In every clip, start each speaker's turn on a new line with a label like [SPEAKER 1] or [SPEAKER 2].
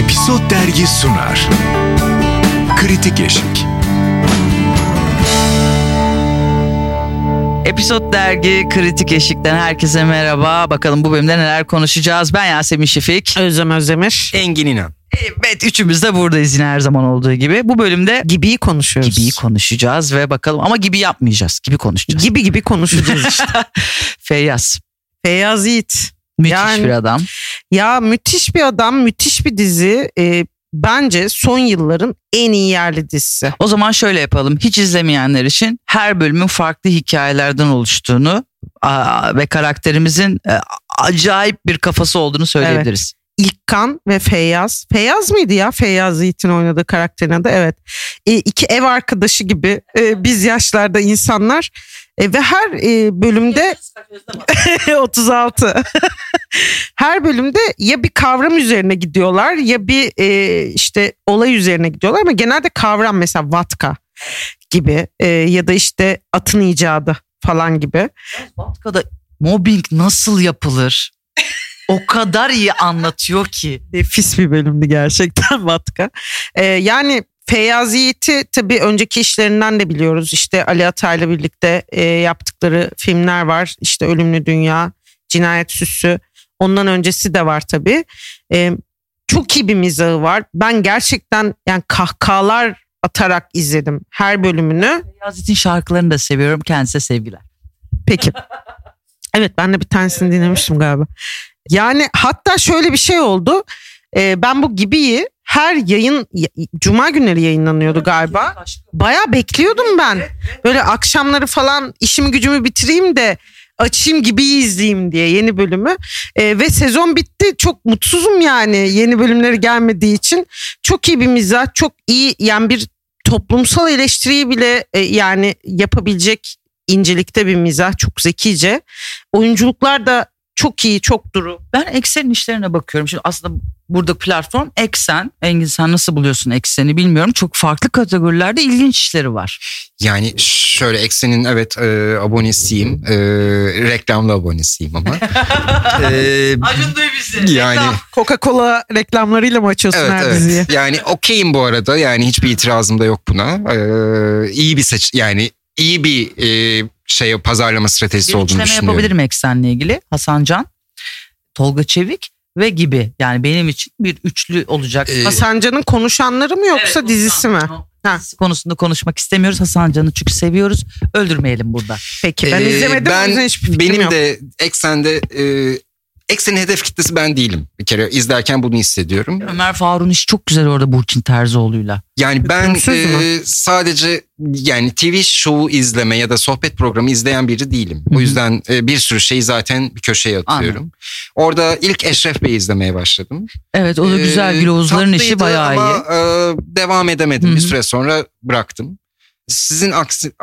[SPEAKER 1] Episod Dergi sunar. Kritik Eşik.
[SPEAKER 2] Episod Dergi Kritik Eşik'ten herkese merhaba. Bakalım bu bölümde neler konuşacağız. Ben Yasemin Şefik.
[SPEAKER 3] Özlem Özdemir.
[SPEAKER 4] Engin İnan.
[SPEAKER 2] Evet, üçümüz de buradayız yine her zaman olduğu gibi. Bu bölümde
[SPEAKER 3] Gibiyi konuşuyoruz.
[SPEAKER 2] Gibiyi konuşacağız ve bakalım ama gibi yapmayacağız. Gibi konuşacağız.
[SPEAKER 3] Gibi konuşacağız işte.
[SPEAKER 2] Feyyaz.
[SPEAKER 3] Feyyaz Yiğit.
[SPEAKER 2] Müthiş bir adam.
[SPEAKER 3] Ya müthiş bir adam, müthiş bir dizi. Bence son yılların en iyi yerli dizisi.
[SPEAKER 2] O zaman şöyle yapalım. Hiç izlemeyenler için her bölümün farklı hikayelerden oluştuğunu ve karakterimizin acayip bir kafası olduğunu söyleyebiliriz.
[SPEAKER 3] Evet. İlkan ve Feyyaz. Feyyaz mıydı ya? Feyyaz Yiğit'in oynadığı karakterin adı. Evet. İki ev arkadaşı gibi biz yaşlarda insanlar. Ve her bölümde 36. Her bölümde ya bir kavram üzerine gidiyorlar ya bir işte olay üzerine gidiyorlar ama genelde kavram, mesela vatka gibi ya da işte atın icadı falan gibi.
[SPEAKER 2] Vatka'da mobbing nasıl yapılır? O kadar iyi anlatıyor ki.
[SPEAKER 3] Nefis bir bölümdü gerçekten Vatka. Yani Feyyaz Yiğit'i tabii önceki işlerinden de biliyoruz. İşte Ali Atay'la birlikte yaptıkları filmler var. İşte Ölümlü Dünya, Cinayet Süsü. Ondan öncesi de var tabii. Çok iyi bir mizahı var. Ben gerçekten yani kahkahalar atarak izledim her bölümünü.
[SPEAKER 2] Feyyaz Yiğit'in şarkılarını da seviyorum. Kendisine sevgiler.
[SPEAKER 3] Peki. Evet, ben de bir tanesini dinlemiştim galiba. Yani hatta şöyle bir şey oldu. Ben bu Gibi'yi her yayın, cuma günleri yayınlanıyordu galiba. Bayağı bekliyordum ben. Böyle akşamları falan işimi gücümü bitireyim de açayım Gibi'yi izleyeyim diye yeni bölümü. Ve sezon bitti. Çok mutsuzum yani yeni bölümleri gelmediği için. Çok iyi bir mizah, çok iyi yani bir toplumsal eleştiriyi bile yani yapabilecek incelikte bir mizah, çok zekice. Oyunculuklar da çok iyi, çok duru.
[SPEAKER 2] Ben Eksen'in işlerine bakıyorum. Şimdi aslında burada platform Eksen. Engin, sen nasıl buluyorsun Eksen'i bilmiyorum. Çok farklı kategorilerde ilginç işleri var.
[SPEAKER 4] Yani şöyle Eksen'in evet abonesiyim. Reklamlı abonesiyim ama.
[SPEAKER 2] Acun duy bizi.
[SPEAKER 4] Yani
[SPEAKER 3] Coca-Cola reklamlarıyla mı açıyorsun her diziyi?
[SPEAKER 4] Yani okeyim bu arada. Yani hiçbir itirazım da yok buna. İyi bir yani iyi bir pazarlama stratejisi olduğunu düşünüyorum.
[SPEAKER 2] Bir yapabilirim Eksen'le ilgili. Hasan Can, Tolga Çevik ve Gibi. Yani benim için bir üçlü olacak.
[SPEAKER 3] Hasan Can'ın konuşanları mı yoksa
[SPEAKER 2] evet,
[SPEAKER 3] dizisi mi?
[SPEAKER 2] Dizisi konusunda konuşmak istemiyoruz. Hasan Can'ı çünkü seviyoruz. Öldürmeyelim burada.
[SPEAKER 3] Peki, ben izlemedim. O yüzden hiçbir fikrim
[SPEAKER 4] benim
[SPEAKER 3] yok.
[SPEAKER 4] de Eksen'in hedef kitlesi ben değilim. Bir kere izlerken bunu hissediyorum.
[SPEAKER 2] Ömer Faruk'un işi çok güzel orada Burçin Terzioğlu'yla.
[SPEAKER 4] Yani ben sadece yani TV şovu izleme ya da sohbet programı izleyen biri değilim. O yüzden bir sürü şeyi zaten bir köşeye atıyorum. Anladım. Orada ilk Eşref Bey'i izlemeye başladım.
[SPEAKER 2] Evet, o da güzel. Gülozların işi bayağı
[SPEAKER 4] ama
[SPEAKER 2] iyi.
[SPEAKER 4] Devam edemedim. Bir süre sonra bıraktım. Sizin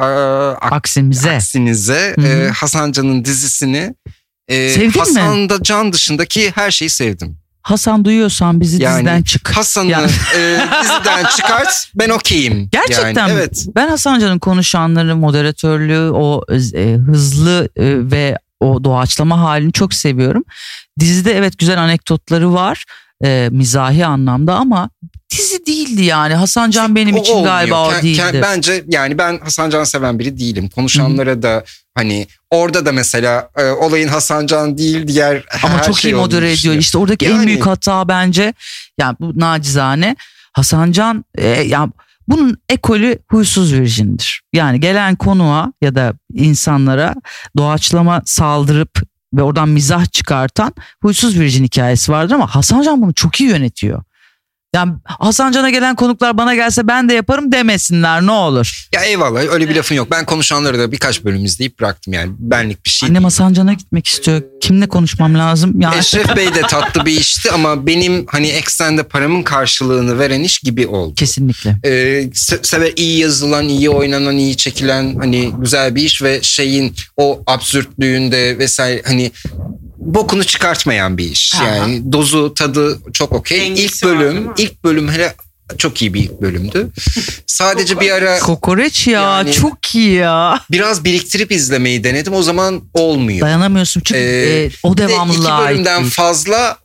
[SPEAKER 4] aksinize Hasan Can'ın dizisini Hasan Can dışındaki her şeyi sevdim.
[SPEAKER 2] Hasan, duyuyorsan bizi
[SPEAKER 4] yani,
[SPEAKER 2] diziden çık.
[SPEAKER 4] Hasan'ı diziden çıkart, ben okeyim.
[SPEAKER 2] Gerçekten
[SPEAKER 4] yani, evet.
[SPEAKER 2] Ben Hasan Can'ın konuşanları, moderatörlüğü, o hızlı ve o doğaçlama halini çok seviyorum. Dizide evet güzel anekdotları var mizahi anlamda ama dizi değildi yani. Hasan Can benim için olmuyor. Galiba o değildi.
[SPEAKER 4] Bence yani ben Hasan Can seven biri değilim. Konuşanlara da hani orada da mesela olayın Hasan Can değil diğer
[SPEAKER 2] ama
[SPEAKER 4] her
[SPEAKER 2] çok
[SPEAKER 4] şey
[SPEAKER 2] iyi modere ediyor. İşte oradaki en büyük hata bence yani bu nacizane Hasan Can yani bunun ekolü huysuz virjindir. Yani gelen konuğa ya da insanlara doğaçlama saldırıp ve oradan mizah çıkartan huysuz virjin hikayesi vardır ama Hasan Can bunu çok iyi yönetiyor. Yani Hasan Can'a gelen konuklar bana gelse ben de yaparım demesinler ne olur.
[SPEAKER 4] Ya eyvallah, öyle bir lafın yok. Ben konuşanları da birkaç bölüm izleyip bıraktım yani. Benlik bir şey.
[SPEAKER 2] Annem Hasan Can'a gitmek istiyor. Kimle konuşmam lazım? Yani...
[SPEAKER 4] Eşref Bey de tatlı bir işti ama benim hani Eksen'de paramın karşılığını veren iş Gibi oldu.
[SPEAKER 2] Kesinlikle.
[SPEAKER 4] İyi yazılan, iyi oynanan, iyi çekilen hani güzel bir iş ve şeyin o absürtlüğünde vesaire hani bokunu çıkartmayan bir iş. Aha. Yani dozu, tadı çok okey. İlk bölüm hele çok iyi bir ilk bölümdü. Sadece bir ara
[SPEAKER 2] kokoreç ya yani, çok iyi ya.
[SPEAKER 4] Biraz biriktirip izlemeyi denedim. O zaman olmuyor.
[SPEAKER 2] Dayanamıyorsun çünkü o devamlılığa ait.
[SPEAKER 4] 2 bölümden fazla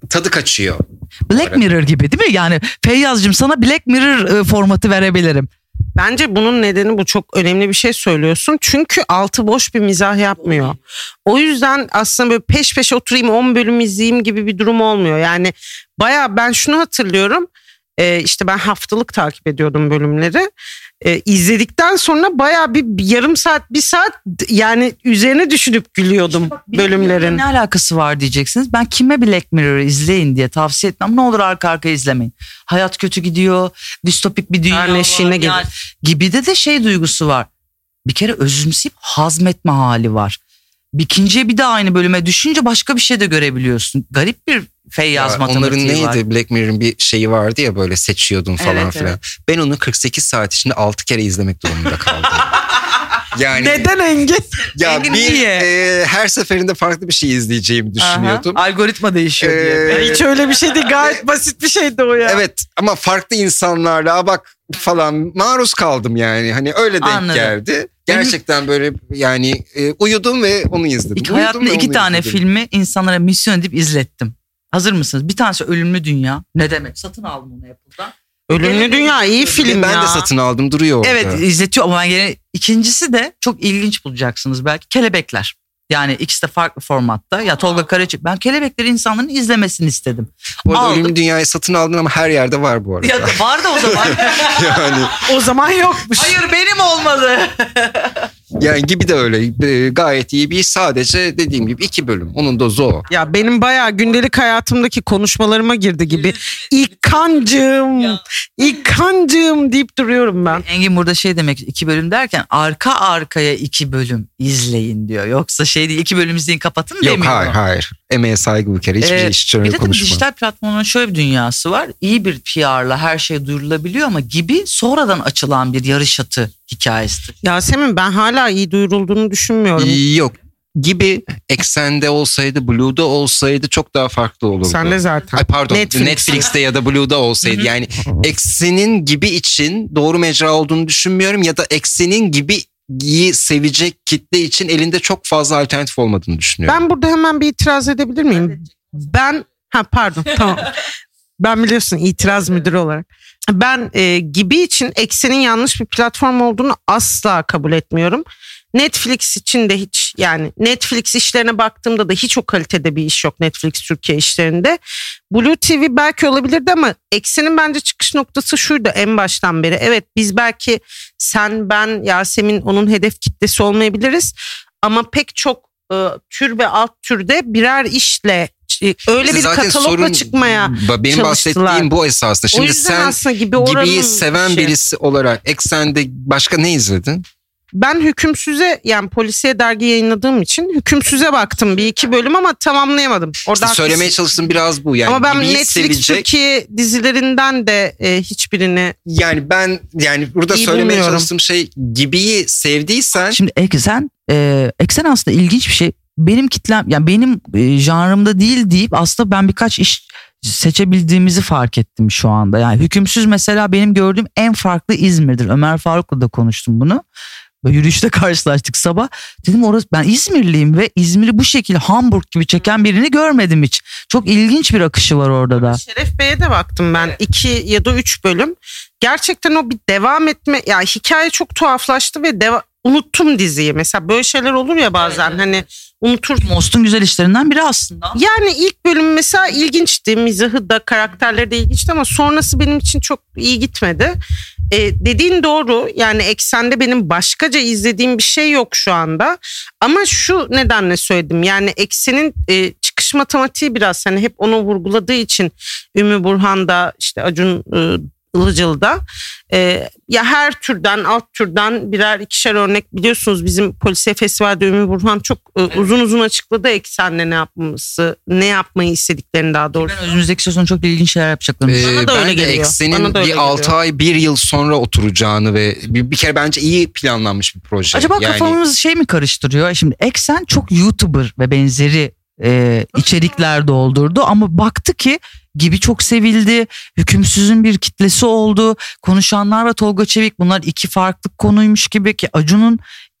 [SPEAKER 4] tadı kaçıyor.
[SPEAKER 2] Black Mirror gibi değil mi? Yani Feyyaz'cığım sana Black Mirror formatı verebilirim.
[SPEAKER 3] Bence bunun nedeni, bu çok önemli bir şey söylüyorsun. Çünkü altı boş bir mizah yapmıyor. O yüzden aslında böyle peş peşe oturayım 10 bölüm izleyeyim gibi bir durum olmuyor. Yani bayağı ben şunu hatırlıyorum. İşte ben haftalık takip ediyordum bölümleri. İzledikten sonra bayağı bir yarım saat, bir saat yani üzerine düşünüp gülüyordum bölümlerin.
[SPEAKER 2] Ne alakası var diyeceksiniz. Ben kime Black Mirror izleyin diye tavsiye etmem. Ne olur arka arkaya izlemeyin. Hayat kötü gidiyor. Distopik bir dünya var. Yani, gibi de şey duygusu var. Bir kere özümseyip hazmetme hali var. İkinciye bir de aynı bölüme düşünce başka bir şey de görebiliyorsun. Garip bir Feyyaz matematiği var.
[SPEAKER 4] Onların neydi? Black Mirror'ın bir şeyi vardı ya, böyle seçiyordun falan filan. Evet. Ben onu 48 saat içinde 6 kere izlemek durumunda kaldım. Yani,
[SPEAKER 3] neden Engin?
[SPEAKER 4] Ya her seferinde farklı bir şey izleyeceğimi düşünüyordum.
[SPEAKER 2] Algoritma değişiyor diye.
[SPEAKER 3] Hiç öyle bir şey değil, gayet basit bir şeydi o ya.
[SPEAKER 4] Evet, ama farklı insanlarla bak falan maruz kaldım yani. Hani öyle denk geldi. Gerçekten böyle yani uyudum ve onu izledim.
[SPEAKER 2] Hayatımda 2 tane filmi insanlara misyon edip izlettim. Hazır mısınız? Bir tanesi Ölümlü Dünya. Ne demek? Satın aldım onu Apple'dan.
[SPEAKER 3] Ölümlü Dünya iyi film
[SPEAKER 4] ben
[SPEAKER 3] ya.
[SPEAKER 4] Ben de satın aldım, duruyor orada.
[SPEAKER 2] Evet, izletiyor ama ben ikincisi de çok ilginç bulacaksınız belki. Kelebekler. Yani ikisi de farklı formatta. Ya Tolga Karaçık. Ben Kelebekleri insanların izlemesini istedim.
[SPEAKER 4] Bu arada Ölümlü Dünya'yı satın aldın ama her yerde var bu arada.
[SPEAKER 2] Ya var da o zaman.
[SPEAKER 4] Yani.
[SPEAKER 3] O zaman yokmuş.
[SPEAKER 2] Hayır, benim olmadı.
[SPEAKER 4] Yani gibi de öyle gayet iyi bir iş, sadece dediğim gibi 2 bölüm. Onun da zor.
[SPEAKER 3] Ya benim bayağı gündelik hayatımdaki konuşmalarıma girdi gibi. İlkancığım deyip duruyorum ben.
[SPEAKER 2] Engin burada şey demek, 2 bölüm derken arka arkaya 2 bölüm izleyin diyor. Yoksa şey değil, 2 bölüm izleyin kapatın demiyor.
[SPEAKER 4] Yok, hayır. Emeğe saygı bir kere, hiçbir şey için öyle konuşma.
[SPEAKER 2] Bir de dijital platformun şöyle bir dünyası var. İyi bir PR'la her şey duyurulabiliyor ama gibi sonradan açılan bir yarış atı hikayesi.
[SPEAKER 3] Yasemin, ben hala iyi duyurulduğunu düşünmüyorum.
[SPEAKER 4] Yok. Gibi Eksen'de olsaydı, Blue'da olsaydı çok daha farklı olurdu.
[SPEAKER 3] Sen de zaten.
[SPEAKER 4] Ay pardon, Netflix'te ya da Blue'da olsaydı. Yani Eksen'in gibi için doğru mecra olduğunu düşünmüyorum ya da Eksen'in gibi iyi sevecek kitle için elinde çok fazla alternatif olmadığını düşünüyorum.
[SPEAKER 3] Ben burada hemen bir itiraz edebilir miyim? Tamam. Ben biliyorsun itiraz müdürü olarak. Ben gibi için Eksen'in yanlış bir platform olduğunu asla kabul etmiyorum. Netflix için de hiç, yani Netflix işlerine baktığımda da hiç o kalitede bir iş yok Netflix Türkiye işlerinde. Blue TV belki olabilirdi ama Eksen'in bence çıkış noktası şuydu en baştan beri. Evet, biz belki sen, ben, Yasemin onun hedef kitlesi olmayabiliriz ama pek çok tür ve alt türde birer işle öyle bir katalogla çıkmaya
[SPEAKER 4] benim
[SPEAKER 3] çalıştılar.
[SPEAKER 4] Bahsettiğim bu esasında. Şimdi sen Gibi'yi seven birisi olarak Eksen'de başka ne izledin?
[SPEAKER 3] Ben Hükümsüz'e, yani polisiye dergi yayınladığım için Hükümsüz'e baktım 1-2 bölüm ama tamamlayamadım.
[SPEAKER 4] Oradan işte söylemeye çalıştığım biraz bu. Yani
[SPEAKER 3] ama ben Netflix Türkiye dizilerinden de hiçbirini
[SPEAKER 4] burada söylemeye çalıştığım şey, Gibi'yi sevdiysen.
[SPEAKER 2] Şimdi Eksen aslında ilginç bir şey. Benim kitlem, yani benim janrımda değil deyip aslında ben birkaç iş seçebildiğimizi fark ettim şu anda. Yani Hükümsüz mesela benim gördüğüm en farklı İzmir'dir. Ömer Faruk'la da konuştum bunu. Yürüyüşte karşılaştık sabah. Dedim ben İzmirliyim ve İzmir'i bu şekilde Hamburg gibi çeken birini görmedim hiç. Çok ilginç bir akışı var orada da.
[SPEAKER 3] Şeref Bey'e de baktım ben 2 ya da 3 bölüm. Gerçekten o bir devam etme, yani hikaye çok tuhaflaştı ve unuttum diziyi. Mesela böyle şeyler olur ya bazen, hani unutur.
[SPEAKER 2] Most'un güzel işlerinden biri aslında.
[SPEAKER 3] Yani ilk bölüm mesela ilginçti. Mizahı da, karakterleri de ilginçti ama sonrası benim için çok iyi gitmedi. Dediğin doğru, yani Eksen'de benim başkaca izlediğim bir şey yok şu anda. Ama şu nedenle söyledim, yani Eksen'in çıkış matematiği biraz hani hep onu vurguladığı için Ümmü Burhan'da, işte Acun Ilıcalı'da ya her türden, alt türden birer ikişer örnek, biliyorsunuz bizim Polisiye Festival'de Ümmü Burhan çok uzun açıkladı Eksen'le ne yapmayı istediklerini, daha doğrusu.
[SPEAKER 2] Ben önümüzdeki sezon çok ilginç şeyler yapacaklarını
[SPEAKER 3] bana da öyle
[SPEAKER 4] ben de
[SPEAKER 3] geliyor.
[SPEAKER 4] Eksen'in bir 6 ay 1 yıl sonra oturacağını ve bir kere bence iyi planlanmış bir proje.
[SPEAKER 2] Acaba kafamız şey mi karıştırıyor? Şimdi Eksen çok YouTuber ve benzeri içerikler doldurdu ama baktı ki Gibi çok sevildi. Hükümsüz'ün bir kitlesi oldu. Konuşanlar ve Tolga Çevik, bunlar 2 farklı konuymuş gibi ki Acun'un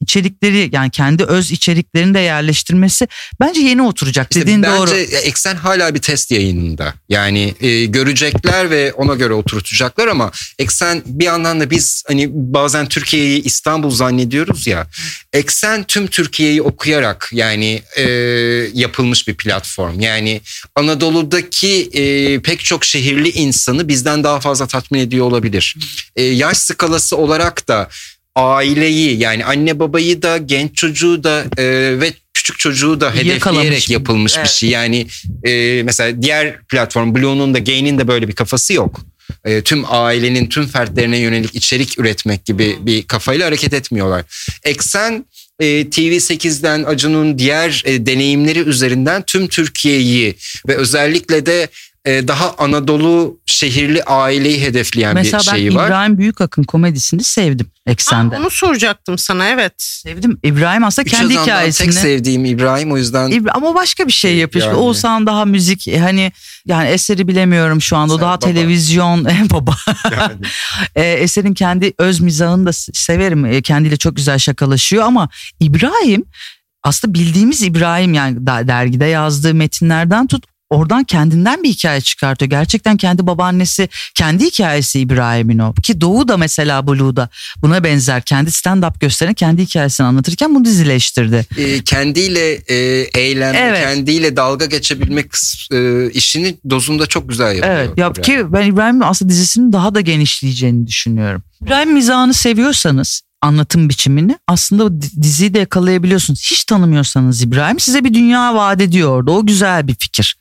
[SPEAKER 2] içerikleri, yani kendi öz içeriklerini de yerleştirmesi bence yeni oturacak.
[SPEAKER 4] İşte
[SPEAKER 2] dediğin
[SPEAKER 4] bence
[SPEAKER 2] doğru.
[SPEAKER 4] Eksen hala bir test yayınında. Yani görecekler ve ona göre oturtacaklar ama Eksen bir yandan da biz hani bazen Türkiye'yi İstanbul zannediyoruz ya. Eksen tüm Türkiye'yi okuyarak yani yapılmış bir platform. Yani Anadolu'daki pek çok şehirli insanı bizden daha fazla tatmin ediyor olabilir. Yaş skalası olarak da aileyi, yani anne babayı da genç çocuğu da ve küçük çocuğu da hedefleyerek yapılmış bir şey. Yani mesela diğer platform Blue'nun da Gain'in de böyle bir kafası yok. Tüm ailenin tüm fertlerine yönelik içerik üretmek gibi bir kafayla hareket etmiyorlar. Eksen TV8'den Acun'un diğer deneyimleri üzerinden tüm Türkiye'yi ve özellikle de daha Anadolu şehirli aileyi hedefleyen
[SPEAKER 2] mesela
[SPEAKER 4] bir şeyi var.
[SPEAKER 2] Mesela ben İbrahim Büyükak'ın komedisini sevdim Eksen'de.
[SPEAKER 3] Onu soracaktım sana, evet.
[SPEAKER 2] Sevdim. İbrahim aslında kendi hikayesini.
[SPEAKER 4] Tek sevdiğim İbrahim, o yüzden.
[SPEAKER 2] Ama başka bir şey yapıyor.
[SPEAKER 4] Yani.
[SPEAKER 2] Oğuzhan daha müzik, hani yani Eser'i bilemiyorum şu anda. O daha
[SPEAKER 4] baba.
[SPEAKER 2] Televizyon baba. Yani. Eser'in kendi öz mizahını da severim. Kendiyle çok güzel şakalaşıyor ama İbrahim aslında bildiğimiz İbrahim, yani dergide yazdığı metinlerden tut, oradan kendinden bir hikaye çıkartıyor. Gerçekten kendi babaannesi, kendi hikayesi İbrahim'in o. Ki Doğu da mesela Blue'da buna benzer. Kendi stand-up gösteren kendi hikayesini anlatırken bunu dizileştirdi.
[SPEAKER 4] Kendiyle eğlenme, kendiyle dalga geçebilmek işini dozunda çok güzel yapıyor.
[SPEAKER 2] Evet ya, ki ben İbrahim'in aslında dizisinin daha da genişleyeceğini düşünüyorum. İbrahim mizahını seviyorsanız, anlatım biçimini, aslında o diziyi de yakalayabiliyorsunuz. Hiç tanımıyorsanız İbrahim size bir dünya vaat ediyor orada. O güzel bir fikir.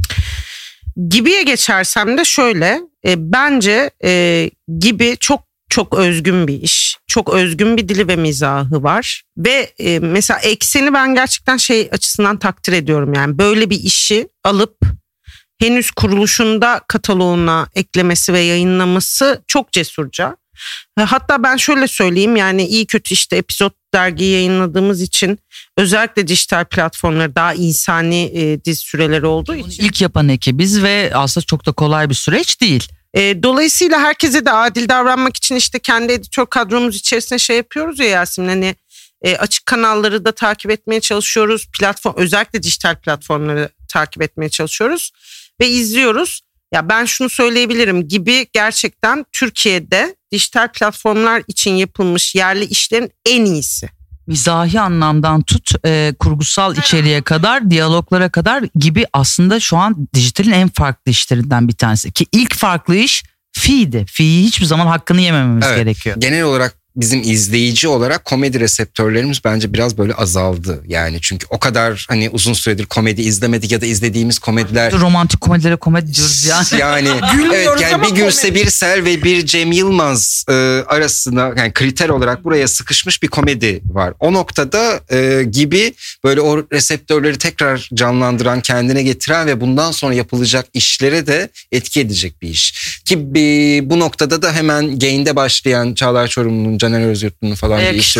[SPEAKER 3] Gibi'ye geçersem de şöyle, bence Gibi çok çok özgün bir iş. Çok özgün bir dili ve mizahı var. Ve mesela Eksen'i ben gerçekten şey açısından takdir ediyorum. Yani böyle bir işi alıp henüz kuruluşunda kataloğuna eklemesi ve yayınlaması çok cesurca. Hatta ben şöyle söyleyeyim, yani iyi kötü işte Epizod dergiyi yayınladığımız için özellikle dijital platformları daha insani dizi süreleri olduğu için.
[SPEAKER 2] İlk yapan ekibiz ve aslında çok da kolay bir süreç değil.
[SPEAKER 3] Dolayısıyla herkese de adil davranmak için işte kendi editör kadromuz içerisinde şey yapıyoruz ya Yasemin, hani açık kanalları da takip etmeye çalışıyoruz. Platform, özellikle dijital platformları takip etmeye çalışıyoruz ve izliyoruz. Ya ben şunu söyleyebilirim, Gibi gerçekten Türkiye'de dijital platformlar için yapılmış yerli işlerin en iyisi.
[SPEAKER 2] Mizahi anlamdan tut kurgusal içeriğe kadar, diyaloglara kadar Gibi aslında şu an dijitalin en farklı işlerinden bir tanesi. Ki ilk farklı iş Fi'ydi. Fi'yi hiçbir zaman hakkını yemememiz gerekiyor.
[SPEAKER 4] Genel olarak bizim izleyici olarak komedi reseptörlerimiz bence biraz böyle azaldı. Yani çünkü o kadar hani uzun süredir komedi izlemedik ya da izlediğimiz komediler.
[SPEAKER 2] Romantik komedilere komedi diyoruz yani.
[SPEAKER 4] Yani evet, yani bir Gürse Birsel ve bir Cem Yılmaz arasında, yani kriter olarak buraya sıkışmış bir komedi var. O noktada Gibi böyle o reseptörleri tekrar canlandıran, kendine getiren ve bundan sonra yapılacak işlere de etki edecek bir iş. Ki bu noktada da hemen Gain'de başlayan Çağlar Çorumlu'nun, Caner Özyurtlu'nun falan bir iş.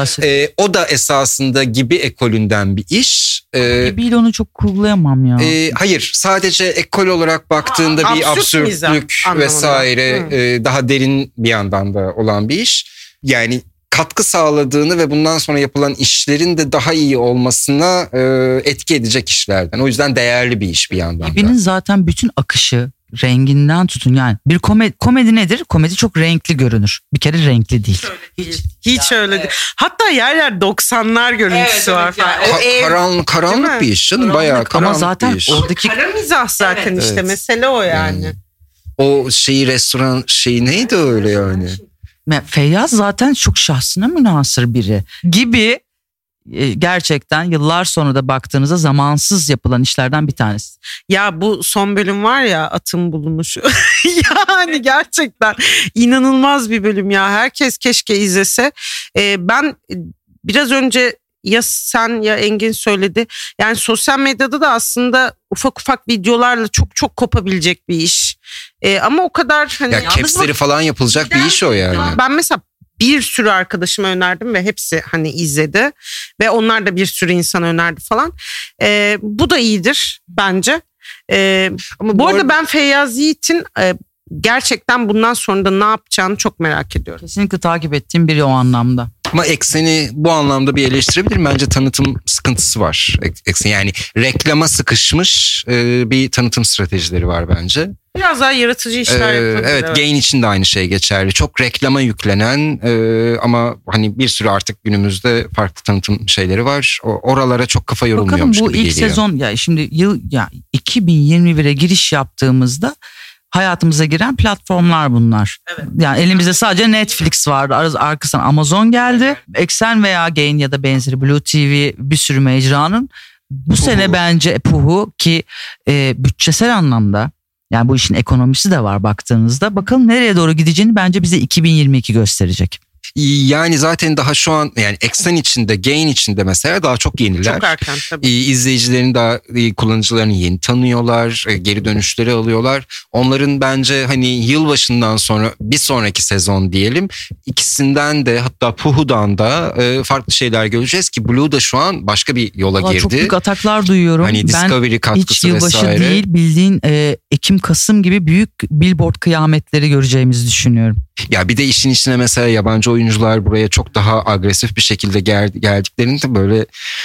[SPEAKER 4] O da esasında Gibi ekolünden bir iş.
[SPEAKER 2] Gibi'yle onu çok kurgulayamam ya.
[SPEAKER 4] Hayır, sadece ekol olarak baktığında bir absürtlük vesaire daha derin bir yandan da olan bir iş. Yani katkı sağladığını ve bundan sonra yapılan işlerin de daha iyi olmasına etki edecek işlerden. O yüzden değerli bir iş bir yandan da.
[SPEAKER 2] Gibi'nin zaten bütün akışı, renginden tutun, yani bir komedi nedir? Komedi çok renkli görünür. Bir kere renkli değil.
[SPEAKER 3] Hiç öyle değil. Hatta yer yer 90'lar görüntüsü var.
[SPEAKER 4] Yani. Karanlık bir iş canım, bayağı karanlık.
[SPEAKER 2] Ama zaten
[SPEAKER 4] bir iş.
[SPEAKER 2] oradaki
[SPEAKER 3] kara mizah zaten işte mesele o yani.
[SPEAKER 4] O restoran neydi öyle yani?
[SPEAKER 2] Feyyaz zaten çok şahsına münhasır biri. Gibi gerçekten yıllar sonra da baktığınızda zamansız yapılan işlerden bir tanesi.
[SPEAKER 3] Ya bu son bölüm var ya, atın bulunuşu. Yani gerçekten inanılmaz bir bölüm ya. Herkes keşke izlese. Ben biraz önce ya sen ya Engin söyledi. Yani sosyal medyada da aslında ufak ufak videolarla çok çok kopabilecek bir iş. Ama o kadar hani...
[SPEAKER 4] Ya capsleri falan yapılacak bir iş o yani.
[SPEAKER 3] Ben mesela bir sürü arkadaşıma önerdim ve hepsi hani izledi. Ve onlar da bir sürü insana önerdi falan. Bu da iyidir bence. Ama bu arada ben Feyyaz Yiğit'in gerçekten bundan sonra da ne yapacağını çok merak ediyorum.
[SPEAKER 2] Kesinlikle takip ettiğim biri o anlamda.
[SPEAKER 4] Ama Eksen'i bu anlamda bir eleştirebilirim. Bence tanıtım sıkıntısı var. Eksen yani reklama sıkışmış bir tanıtım stratejileri var bence.
[SPEAKER 3] Biraz daha yaratıcı işler yapabilir.
[SPEAKER 4] Evet, Gain için de aynı şey geçerli. Çok reklama yüklenen ama hani bir sürü artık günümüzde farklı tanıtım şeyleri var. Oralara çok kafa yorulmuyormuş gibi geliyor.
[SPEAKER 2] Bakalım bu ilk sezon ya şimdi yıl ya 2021'e giriş yaptığımızda hayatımıza giren platformlar bunlar.
[SPEAKER 3] Evet.
[SPEAKER 2] Yani elimizde sadece Netflix vardı. Arkasından Amazon geldi. Eksen veya Gain ya da benzeri Blue TV bir sürü mecranın bu sene bence Puhu ki bütçesel anlamda yani bu işin ekonomisi de var baktığınızda. Bakalım nereye doğru gideceğini bence bize 2022 gösterecek.
[SPEAKER 4] Yani zaten daha şu an yani Eksen içinde, Gain içinde mesela daha çok yeniler.
[SPEAKER 3] Çok erken tabii.
[SPEAKER 4] İzleyicilerin daha kullanıcılarını yeni tanıyorlar, geri dönüşleri alıyorlar. Onların bence hani yılbaşından sonra bir sonraki sezon diyelim ikisinden de hatta Puhu'dan da farklı şeyler göreceğiz ki Blue da şu an başka bir yola girdi.
[SPEAKER 2] Çok büyük ataklar duyuyorum.
[SPEAKER 4] Hani Discovery katkısı
[SPEAKER 2] hiç yılbaşı
[SPEAKER 4] vesaire.
[SPEAKER 2] değil bildiğin Ekim-Kasım gibi büyük billboard kıyametleri göreceğimizi düşünüyorum.
[SPEAKER 4] Ya bir de işin içine mesela yabancı oyuncular buraya çok daha agresif bir şekilde geldiklerinde böyle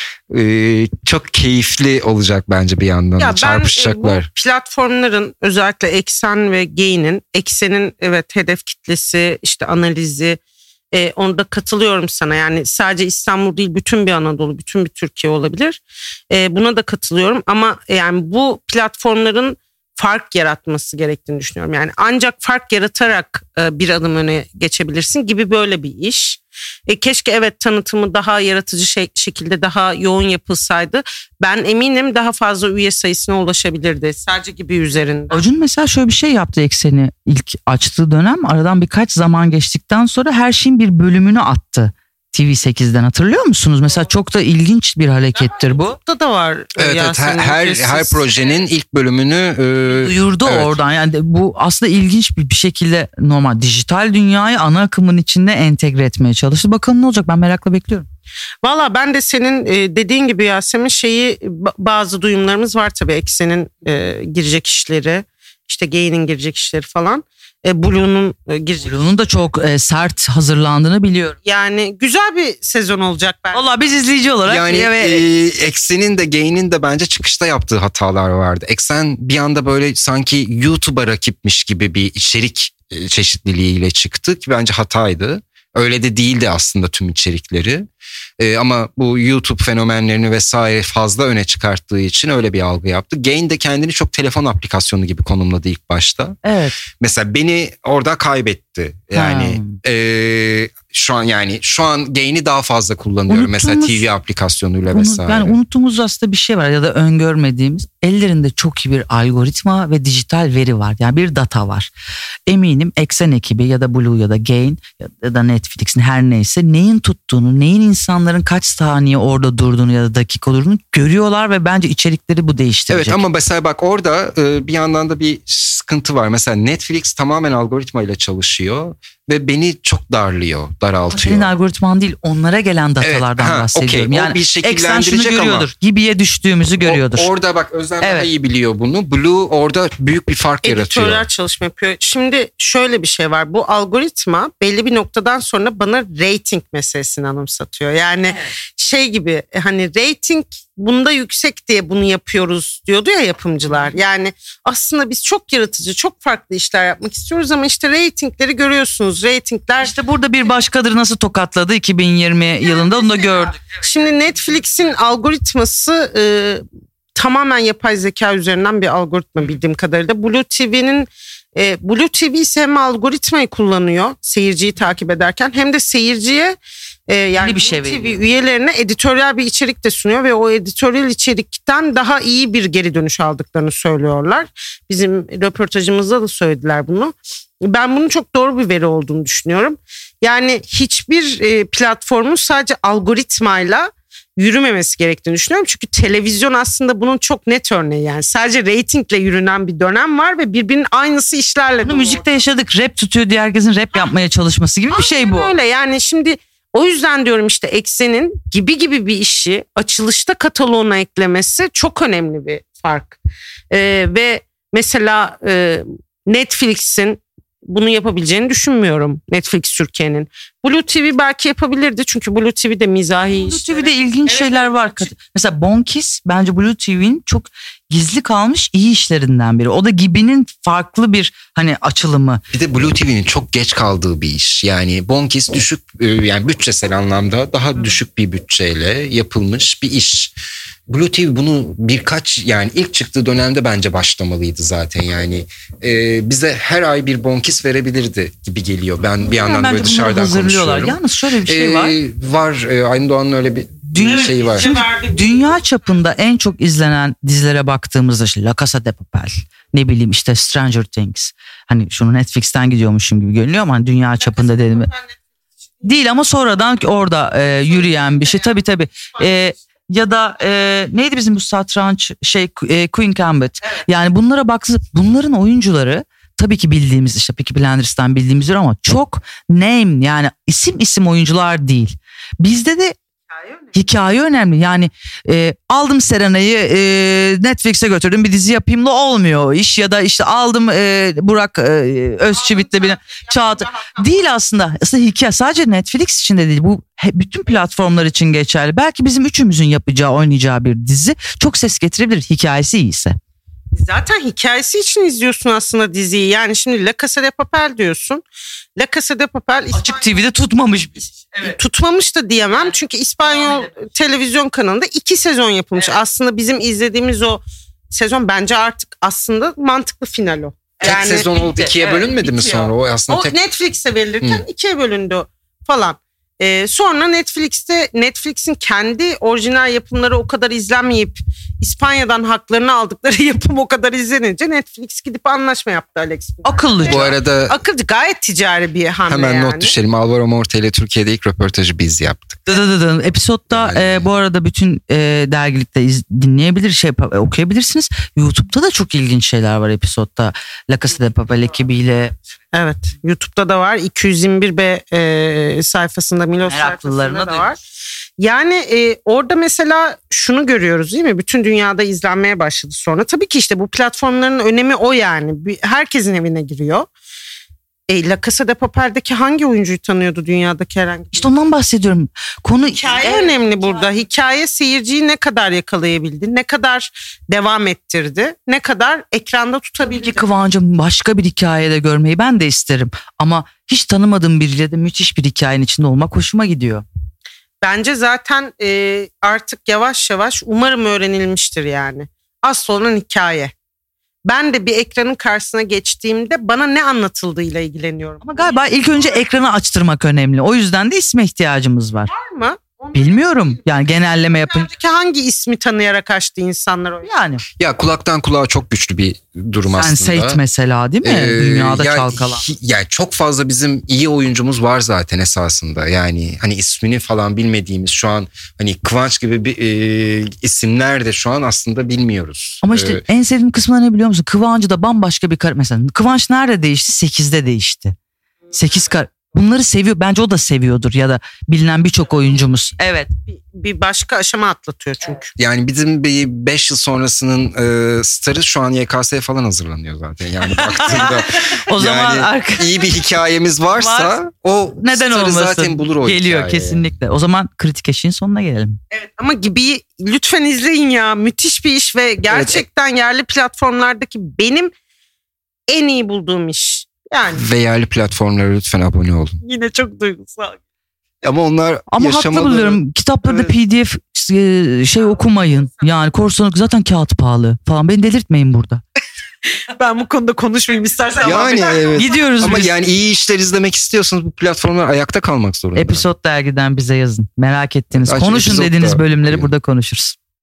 [SPEAKER 4] çok keyifli olacak bence bir yandan da çarpışacaklar.
[SPEAKER 3] Bu platformların özellikle Eksen ve Gain'in Eksen'in evet hedef kitlesi işte analizi onda katılıyorum sana yani sadece İstanbul değil bütün bir Anadolu bütün bir Türkiye olabilir buna da katılıyorum ama yani bu platformların fark yaratması gerektiğini düşünüyorum. Yani ancak fark yaratarak bir adım öne geçebilirsin gibi böyle bir iş. Keşke evet tanıtımı daha yaratıcı şekilde daha yoğun yapılsaydı. Ben eminim daha fazla üye sayısına ulaşabilirdi. Sadece gibi üzerinde.
[SPEAKER 2] Acun mesela şöyle bir şey yaptı Eksen'i ilk açtığı dönem. Aradan birkaç zaman geçtikten sonra her şeyin bir bölümünü attı. TV8'den hatırlıyor musunuz? Mesela çok da ilginç bir harekettir bu.
[SPEAKER 3] Burada da var.
[SPEAKER 4] Evet, her projenin ilk bölümünü
[SPEAKER 2] duyurdu oradan. Yani bu aslında ilginç bir şekilde normal dijital dünyayı ana akımın içinde entegre etmeye çalıştı. Bakalım ne olacak ben merakla bekliyorum.
[SPEAKER 3] Valla ben de senin dediğin gibi Yasemin bazı duyumlarımız var tabii Eksen'in girecek işleri işte Gain'in girecek işleri falan. Blue'nun girecek.
[SPEAKER 2] Blue'nun da çok sert hazırlandığını biliyorum.
[SPEAKER 3] Yani güzel bir sezon olacak bence.
[SPEAKER 2] Valla biz izleyici olarak.
[SPEAKER 4] Yani Eksen'in de Gain'in de bence çıkışta yaptığı hatalar vardı. Eksen bir anda böyle sanki YouTube'a rakipmiş gibi bir içerik çeşitliliğiyle çıktı ki bence hataydı. Öyle de değildi aslında tüm içerikleri. Ama bu YouTube fenomenlerini vesaire fazla öne çıkarttığı için öyle bir algı yaptı. Gain de kendini çok telefon aplikasyonu gibi konumladı ilk başta.
[SPEAKER 2] Evet.
[SPEAKER 4] Mesela beni orada kaybetti. Yani şu an Gain'i daha fazla kullanıyorum. Mesela TV aplikasyonuyla vesaire.
[SPEAKER 2] Yani unuttuğumuz aslında bir şey var ya da öngörmediğimiz. Ellerinde çok iyi bir algoritma ve dijital veri var. Yani bir data var. Eminim Eksen ekibi ya da Blue ya da Gain ya da Netflix'in her neyse neyin tuttuğunu, neyin insanların kaç saniye orada durduğunu ya da dakika durduğunu görüyorlar ve bence içerikleri bu değiştirecek.
[SPEAKER 4] Evet ama mesela bak orada bir yandan da bir sıkıntı var. Mesela Netflix tamamen algoritmayla çalışıyor ve beni çok daraltıyor.
[SPEAKER 2] Senin algoritman değil onlara gelen datalardan bahsediyorum.
[SPEAKER 4] Okay.
[SPEAKER 2] Yani
[SPEAKER 4] Eksen şunu
[SPEAKER 2] görüyordur. Gibiye düştüğümüzü görüyordur.
[SPEAKER 4] Orada bak Özlem daha iyi biliyor bunu. Blue orada büyük bir fark yaratıyor.
[SPEAKER 3] Editörler çalışma yapıyor. Şimdi şöyle bir şey var. Bu algoritma belli bir noktadan sonra bana rating meselesini anımsatıyor. Yani şey gibi hani rating bunda yüksek diye bunu yapıyoruz diyordu ya yapımcılar. Yani aslında biz çok yaratıcı, çok farklı işler yapmak istiyoruz ama işte ratingleri görüyorsunuz. Ratingler
[SPEAKER 2] işte burada bir başkadır nasıl tokatladı 2020 yılında onu da gördük.
[SPEAKER 3] Şimdi Netflix'in algoritması tamamen yapay zeka üzerinden bir algoritma bildiğim kadarıyla. Blue TV ise hem algoritmayı kullanıyor seyirciyi takip ederken hem de seyirciye yani
[SPEAKER 2] bir şey
[SPEAKER 3] Blue TV üyelerine editoryal bir içerik de sunuyor ve o editoryal içerikten daha iyi bir geri dönüş aldıklarını söylüyorlar. Bizim röportajımızda da söylediler bunu. Ben bunun çok doğru bir veri olduğunu düşünüyorum. Yani hiçbir platformun sadece algoritmayla yürümemesi gerektiğini düşünüyorum. Çünkü televizyon aslında bunun çok net örneği yani. Sadece reytingle yürünen bir dönem var ve birbirinin aynısı işlerle.
[SPEAKER 2] Bunu müzikte yaşadık. Rap tutuyor diye herkesin rap yapmaya çalışması gibi bir şey bu.
[SPEAKER 3] Öyle yani şimdi o yüzden diyorum işte Eksen'in gibi bir işi açılışta kataloğuna eklemesi çok önemli bir fark. Ve mesela Netflix'in bunu yapabileceğini düşünmüyorum. Netflix Türkiye'nin. Blue TV belki yapabilirdi. Çünkü Blue TV'de mizahi
[SPEAKER 2] Blue TV'de ilginç şeyler var. Mesela Bonkis bence Blue TV'nin çok gizli kalmış iyi işlerinden biri. O da Gibi'nin farklı bir hani açılımı.
[SPEAKER 4] Bir de Blue TV'nin çok geç kaldığı bir iş. Yani Bonkis düşük yani bütçesel anlamda daha düşük bir bütçeyle yapılmış bir iş. Blue TV bunu yani ilk çıktığı dönemde bence başlamalıydı zaten yani. Bize her ay bir Bonkis verebilirdi gibi geliyor. Ben bir yandan böyle dışarıdan konuşuyorum.
[SPEAKER 2] Yalnız şöyle bir şey var.
[SPEAKER 4] Var. Aydın Doğan'ın öyle bir şeyi var.
[SPEAKER 2] Şimdi dünya çapında en çok izlenen dizilere baktığımızda işte La Casa de Papel, ne bileyim işte Stranger Things. Hani şunu Netflix'ten gidiyormuşum gibi görünüyor ama dünya çapında dedim. Değil ama sonradan orada yürüyen bir şey. Tabii. Ya da neydi bizim bu satranç Queen Gambit. Evet. Yani bunlara baktığınızda bunların oyuncuları tabii ki bildiğimiz işte Peaky Blinders'tan bildiğimizdir ama çok name yani isim oyuncular değil. Bizde de hikaye önemli. Yani aldım Serena'yı Netflix'e götürdüm bir dizi yapayım da olmuyor o iş. Ya da işte aldım Burak Özçivit'le bir Çağatay. Değil aslında. Aslında hikaye sadece Netflix için de değil. Bu bütün platformlar için geçerli. Belki bizim üçümüzün oynayacağı bir dizi çok ses getirebilir hikayesi iyiyse.
[SPEAKER 3] Zaten hikayesi için izliyorsun aslında diziyi. Yani şimdi La Casa de Papel diyorsun. La Casa de Papel
[SPEAKER 2] Açık TV'de tutmamış.
[SPEAKER 3] Evet. Tutmamış da diyemem. Çünkü İspanyol televizyon kanalında 2 sezon yapılmış. Evet. Aslında bizim izlediğimiz o sezon bence artık aslında mantıklı final o.
[SPEAKER 4] Tek sezon olup 2'ye bölünmedi mi sonra? O aslında
[SPEAKER 3] Netflix'e verilirken 2'ye bölündü falan. Sonra Netflix'in kendi orijinal yapımları o kadar izlenmeyip İspanya'dan haklarını aldıkları yapım o kadar izlenince Netflix gidip anlaşma yaptı Alex.
[SPEAKER 2] Akıllıca.
[SPEAKER 4] Bu arada
[SPEAKER 3] akıllıca, gayet ticari bir hamle
[SPEAKER 4] hemen
[SPEAKER 3] yani.
[SPEAKER 4] Not düşelim. Alvaro Morte ile Türkiye'de ilk röportajı biz yaptık.
[SPEAKER 2] Episodda bu arada bütün dergilikte dinleyebilir okuyabilirsiniz. YouTube'da da çok ilginç şeyler var episodda. La Casa de Papel ekibiyle.
[SPEAKER 3] Evet, YouTube'da da var. 221B sayfasında, Milos sayfasında da var. Yani orada mesela şunu görüyoruz değil mi? Bütün dünyada izlenmeye başladı sonra. Tabii ki işte bu platformların önemi o yani. Herkesin evine giriyor. La Casa de Papel'deki hangi oyuncuyu tanıyordu dünyadaki herhangi?
[SPEAKER 2] İşte ondan bahsediyorum.
[SPEAKER 3] Hikaye önemli burada. Hikaye seyirciyi ne kadar yakalayabildi, ne kadar devam ettirdi, ne kadar ekranda tutabildi.
[SPEAKER 2] Kıvancım başka bir hikayede görmeyi ben de isterim. Ama hiç tanımadığım biriyle de müthiş bir hikayenin içinde olmak hoşuma gidiyor.
[SPEAKER 3] Bence zaten artık yavaş yavaş umarım öğrenilmiştir yani. Asıl olan hikaye. Ben de bir ekranın karşısına geçtiğimde bana ne anlatıldığıyla ilgileniyorum.
[SPEAKER 2] Ama galiba ilk önce ekranı açtırmak önemli. O yüzden de isme ihtiyacımız var.
[SPEAKER 3] Var mı?
[SPEAKER 2] Bilmiyorum. Yani genelleme yapınca.
[SPEAKER 3] Hangi ismi tanıyarak açtı insanlar o?
[SPEAKER 2] Yani.
[SPEAKER 4] Ya kulaktan kulağa çok güçlü bir durum aslında.
[SPEAKER 2] Sense8 mesela değil mi? Dünyada çalkalan.
[SPEAKER 4] Yani çok fazla bizim iyi oyuncumuz var zaten esasında. Yani hani ismini falan bilmediğimiz şu an hani Kıvanç gibi bir isimler de şu an aslında bilmiyoruz.
[SPEAKER 2] Ama işte en sevdiğim kısmı ne biliyor musun? Kıvancı da bambaşka bir mesela Kıvanç nerede değişti? 8'de değişti. 8 bunları seviyor. Bence o da seviyordur ya da bilinen birçok oyuncumuz. Evet.
[SPEAKER 3] Bir başka aşama atlatıyor çünkü.
[SPEAKER 4] Yani bizim bir 5 yıl sonrasının starı şu an YKS'ye falan hazırlanıyor zaten. Yani baktığında
[SPEAKER 2] o zaman
[SPEAKER 4] iyi bir hikayemiz varsa o
[SPEAKER 2] neden
[SPEAKER 4] starı
[SPEAKER 2] olmasın?
[SPEAKER 4] zaten bulur o
[SPEAKER 2] Geliyor
[SPEAKER 4] hikaye.
[SPEAKER 2] Kesinlikle. O zaman Kritik Eşik'in sonuna gelelim.
[SPEAKER 3] Evet ama Gibi'yi lütfen izleyin ya. Müthiş bir iş ve gerçekten yerli platformlardaki benim en iyi bulduğum iş. Yani.
[SPEAKER 4] Ve yerli platformlara lütfen abone olun.
[SPEAKER 3] Yine çok duygusal.
[SPEAKER 4] Ama onlar
[SPEAKER 2] haklı buluyorum. Kitapları da PDF okumayın. Yani korsanlık zaten kağıt pahalı falan. Beni delirtmeyin burada.
[SPEAKER 3] Ben bu konuda konuşmayayım istersen.
[SPEAKER 4] Yani evet.
[SPEAKER 2] Gidiyoruz
[SPEAKER 4] ama
[SPEAKER 2] biz.
[SPEAKER 4] Yani iyi işler izlemek istiyorsanız bu platformlar ayakta kalmak zorunda.
[SPEAKER 2] Episod dergiden bize yazın. Merak ettiğiniz, konuşun dediğiniz bölümleri burada konuşuruz.